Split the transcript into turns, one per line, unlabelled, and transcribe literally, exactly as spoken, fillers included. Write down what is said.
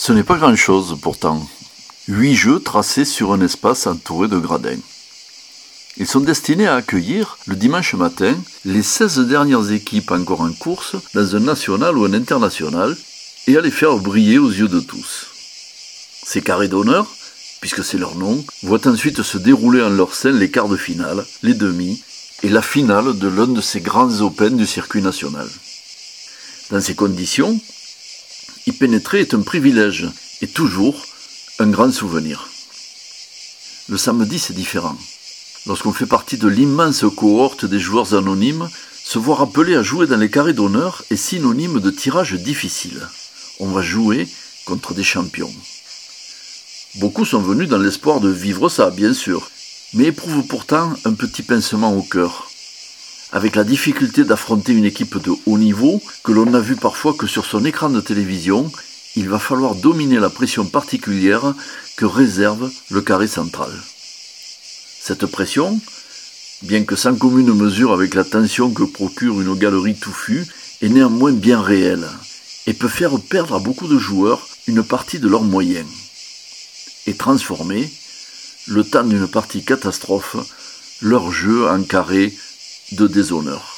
Ce n'est pas grand-chose pourtant. Huit jeux tracés sur un espace entouré de gradins. Ils sont destinés à accueillir, le dimanche matin, les seize dernières équipes encore en course dans un national ou un international et à les faire briller aux yeux de tous. Ces carrés d'honneur, puisque c'est leur nom, voient ensuite se dérouler en leur sein les quarts de finale, les demi et la finale de l'un de ces grands Open du circuit national. Dans ces conditions, y pénétrer est un privilège et toujours un grand souvenir. Le samedi, c'est différent. Lorsqu'on fait partie de l'immense cohorte des joueurs anonymes, se voir appelé à jouer dans les carrés d'honneur est synonyme de tirage difficile. On va jouer contre des champions. Beaucoup sont venus dans l'espoir de vivre ça, bien sûr, mais éprouvent pourtant un petit pincement au cœur. Avec la difficulté d'affronter une équipe de haut niveau, que l'on n'a vu parfois que sur son écran de télévision, il va falloir dominer la pression particulière que réserve le carré central. Cette pression, bien que sans commune mesure avec la tension que procure une galerie touffue, est néanmoins bien réelle et peut faire perdre à beaucoup de joueurs une partie de leurs moyens et transformer, le temps d'une partie catastrophe, leur jeu en carré de déshonneur.